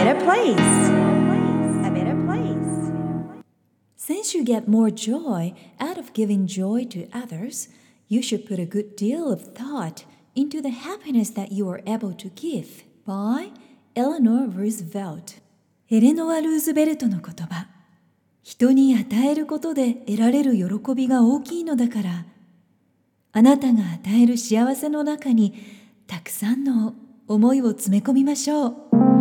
better place. A better place. Since you get more joy out of giving joy to others, you should put a good deal of thought into the happiness that you are able to give. By Eleanor Roosevelt。 エレノア・ルーズベルトの言葉。人に与えることで得られる喜びが大きいのだから、あなたが与える幸せの中にたくさんの思いを詰め込みましょう。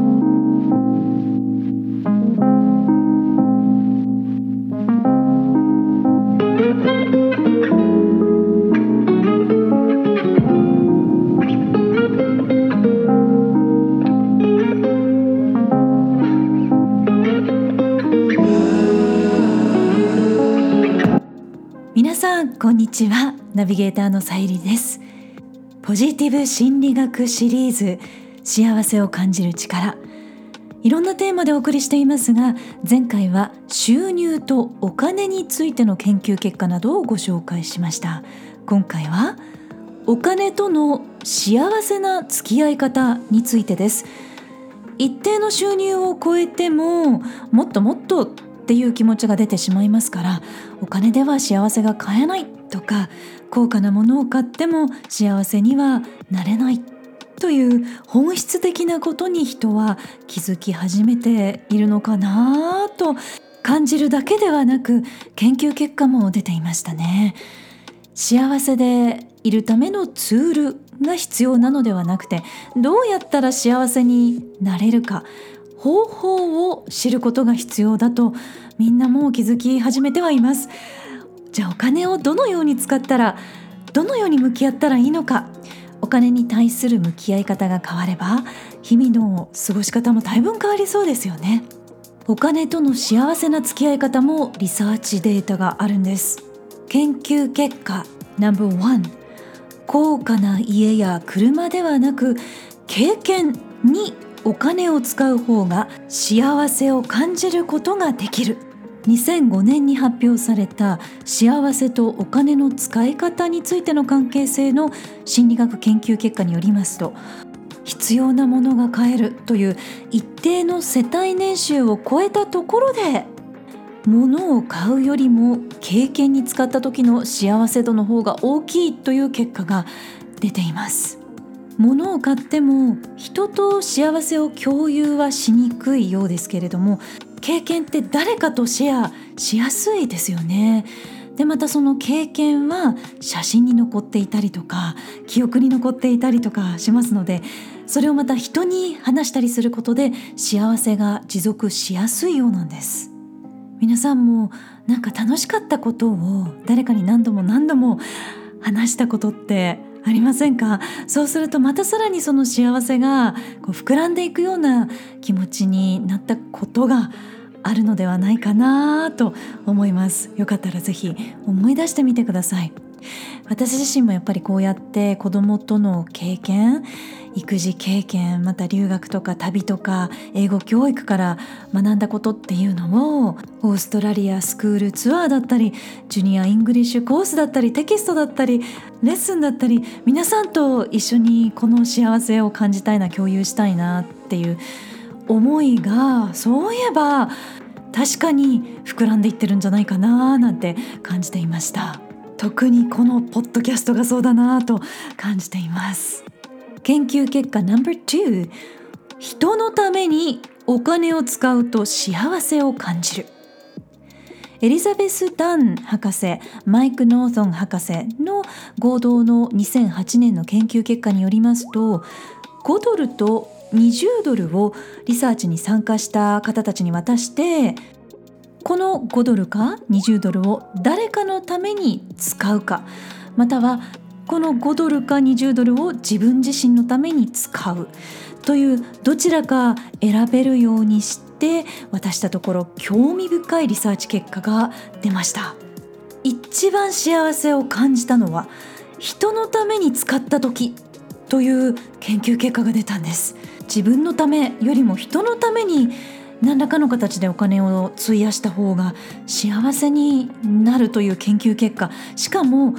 皆さんこんにちは。ナビゲーターのさゆりです。ポジティブ心理学シリーズ、幸せを感じる力、いろんなテーマでお送りしていますが、前回は収入とお金についての研究結果などをご紹介しました。今回はお金との幸せな付き合い方についてです。一定の収入を超えてももっともっとっていう気持ちが出てしまいますから、お金では幸せが買えないとか、高価なものを買っても幸せにはなれないという本質的なことに人は気づき始めているのかなと感じるだけではなく、研究結果も出ていましたね。幸せでいるためのツールが必要なのではなくて、どうやったら幸せになれるか、方法を知ることが必要だとみんなもう気づき始めてはいます。じゃあお金をどのように使ったら、どのように向き合ったらいいのか。お金に対する向き合い方が変われば、日々の過ごし方も大分変わりそうですよね。お金との幸せな付き合い方もリサーチデータがあるんです。研究結果 No.1、 高価な家や車ではなく、経験にお金を使う方が幸せを感じることができる。2005年に発表された幸せとお金の使い方についての関係性の心理学研究結果によりますと、必要なものが買えるという一定の世帯年収を超えたところで、物を買うよりも経験に使った時の幸せ度の方が大きいという結果が出ています。物を買っても人と幸せを共有はしにくいようですけれども、経験って誰かとシェアしやすいですよね。でまたその経験は写真に残っていたりとか、記憶に残っていたりとかしますので、それをまた人に話したりすることで幸せが持続しやすいようなんです。皆さんもなんか楽しかったことを誰かに何度も何度も話したことってありませんか？そうするとまたさらにその幸せが膨らんでいくような気持ちになったことがあるのではないかなと思います。よかったらぜひ思い出してみてください。私自身もやっぱりこうやって子供との経験、育児経験、また留学とか旅とか英語教育から学んだことっていうのを、オーストラリアスクールツアーだったり、ジュニアイングリッシュコースだったり、テキストだったり、レッスンだったり、皆さんと一緒にこの幸せを感じたいな、共有したいなっていう思いが、そういえば確かに膨らんでいってるんじゃないかななんて感じていました。特にこのポッドキャストがそうだなと感じています。研究結果 No.2、 人のためにお金を使うと幸せを感じる。エリザベス・ダン博士、マイク・ノートン博士の合同の2008年の研究結果によりますと、5ドルと20ドルをリサーチに参加した方たちに渡して、この5ドルか20ドルを誰かのために使うか、またはこの5ドルか20ドルを自分自身のために使うというどちらか選べるようにして渡したところ、興味深いリサーチ結果が出ました。一番幸せを感じたのは人のために使った時という研究結果が出たんです。自分のためよりも人のために何らかの形でお金を費やした方が幸せになるという研究結果、しかも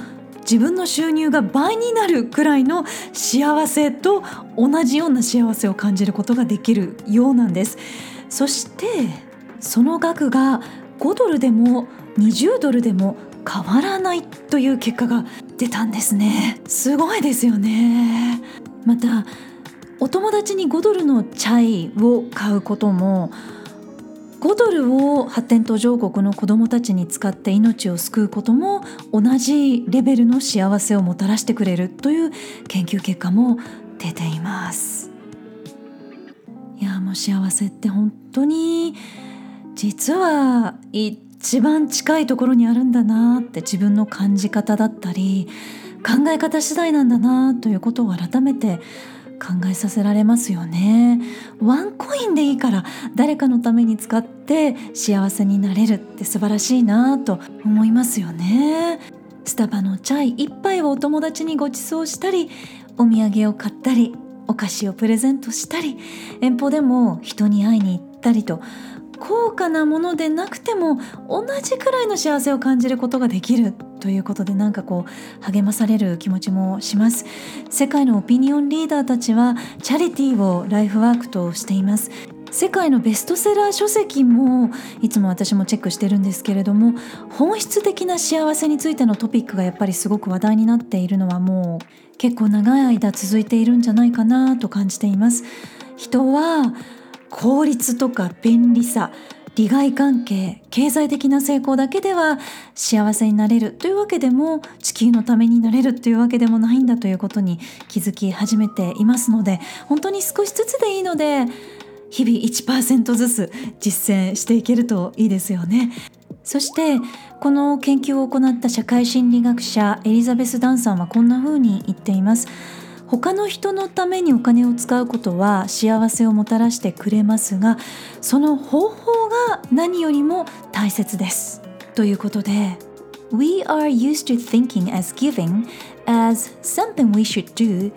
自分の収入が倍になるくらいの幸せと同じような幸せを感じることができるようなんです。そしてその額が5ドルでも20ドルでも変わらないという結果が出たんですね。すごいですよね。またお友達に5ドルのチャイを買うことも、5ドルを発展途上国の子どもたちに使って命を救うことも同じレベルの幸せをもたらしてくれるという研究結果も出ています。いや、もう幸せって本当に実は一番近いところにあるんだなって、自分の感じ方だったり考え方次第なんだなということを改めて考えさせられますよね。ワンコインでいいから誰かのために使って幸せになれるって素晴らしいなと思いますよね。スタバのチャイ一杯をお友達にご馳走したり、お土産を買ったり、お菓子をプレゼントしたり、遠方でも人に会いに行ったりと、高価なものでなくても同じくらいの幸せを感じることができるということで、なんか励まされる気持ちもします。世界のオピニオンリーダーたちはチャリティーをライフワークとしています。世界のベストセラー書籍もいつも私もチェックしてるんですけれども、本質的な幸せについてのトピックがやっぱりすごく話題になっているのはもう結構長い間続いているんじゃないかなと感じています。人は効率とか便利さ、利害関係、経済的な成功だけでは幸せになれるというわけでも、地球のためになれるというわけでもないんだということに気づき始めていますので、本当に少しずつでいいので日々 1% ずつ実践していけるといいですよね。そしてこの研究を行った社会心理学者エリザベス・ダンさんはこんな風に言っています。他の人のためにお金を使うことは幸せをもたらしてくれますが、その方法が何よりも大切ですということで、 We are used to thinking as giving as something we should do,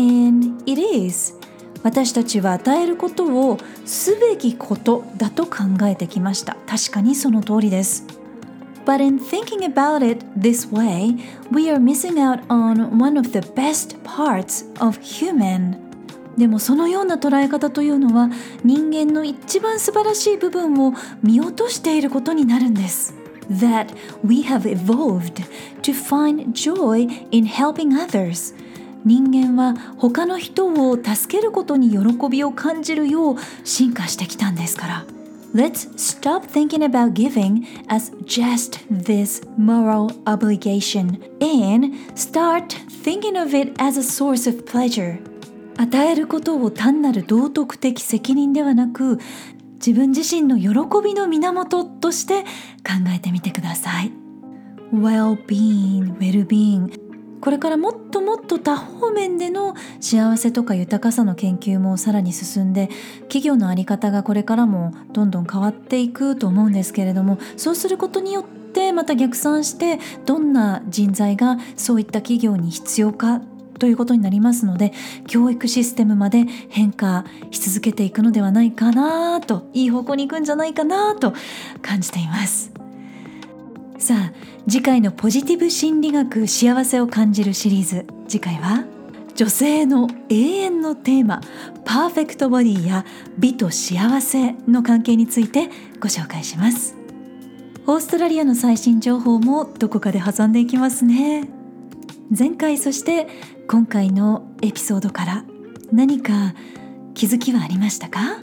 and it is. 私たちは与えることをすべきことだと考えてきました。確かにその通りです。But in thinking about it this way, we are missing out on one of the best parts of human. でもそのような捉え方というのは人間の一番素晴らしい部分を見落としていることになるんです。That we have evolved to find joy in helping others. 人間は他の人を助けることに喜びを感じるよう進化してきたんですから。Let's stop thinking about giving as just this moral obligation and start thinking of it as a source of pleasure. 与えることを単なる道徳的責任ではなく、自分自身の喜びの源として考えてみてください。Well-being, well-being、これからもっともっと多方面での幸せとか豊かさの研究もさらに進んで、企業の在り方がこれからもどんどん変わっていくと思うんですけれども、そうすることによってまた逆算してどんな人材がそういった企業に必要かということになりますので、教育システムまで変化し続けていくのではないかなと、いい方向に行くんじゃないかなと感じています。さあ、次回のポジティブ心理学幸せを感じるシリーズ、次回は女性の永遠のテーマ、パーフェクトボディや美と幸せの関係についてご紹介します。オーストラリアの最新情報もどこかで挟んでいきますね。前回そして今回のエピソードから何か気づきはありましたか？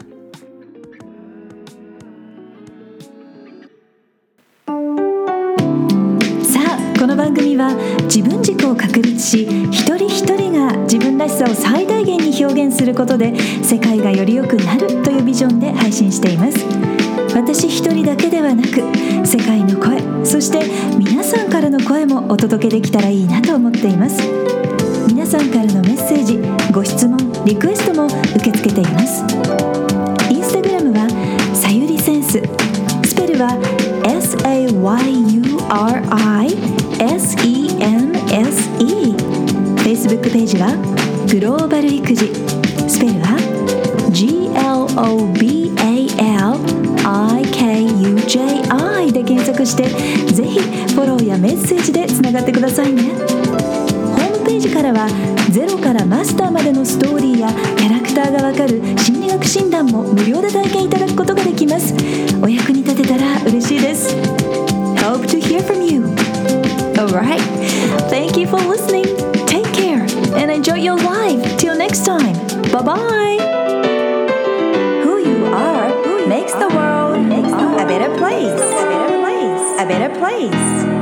この番組は自分軸を確立し、一人一人が自分らしさを最大限に表現することで世界がより良くなるというビジョンで配信しています。私一人だけではなく、世界の声、そして皆さんからの声もお届けできたらいいなと思っています。皆さんからのメッセージ、ご質問、リクエストも受け付けています。インスタグラムはさゆりセンス、スペルは SAYURISENSE。 Facebook ページはグローバル育児、スペルは GLOBALIKUJI で検索して、ぜひフォローやメッセージでつながってくださいね。ホームページからはゼロからマスターまでのストーリーやキャラクターがわかる心理学診断も無料で体験いただくことができます。お役に立てたら嬉しいです。 Hope to hear from you. Alright, thank you for listening. Take care and enjoy your life. Till next time. Bye bye. Who you are makes the world a better place. A better place.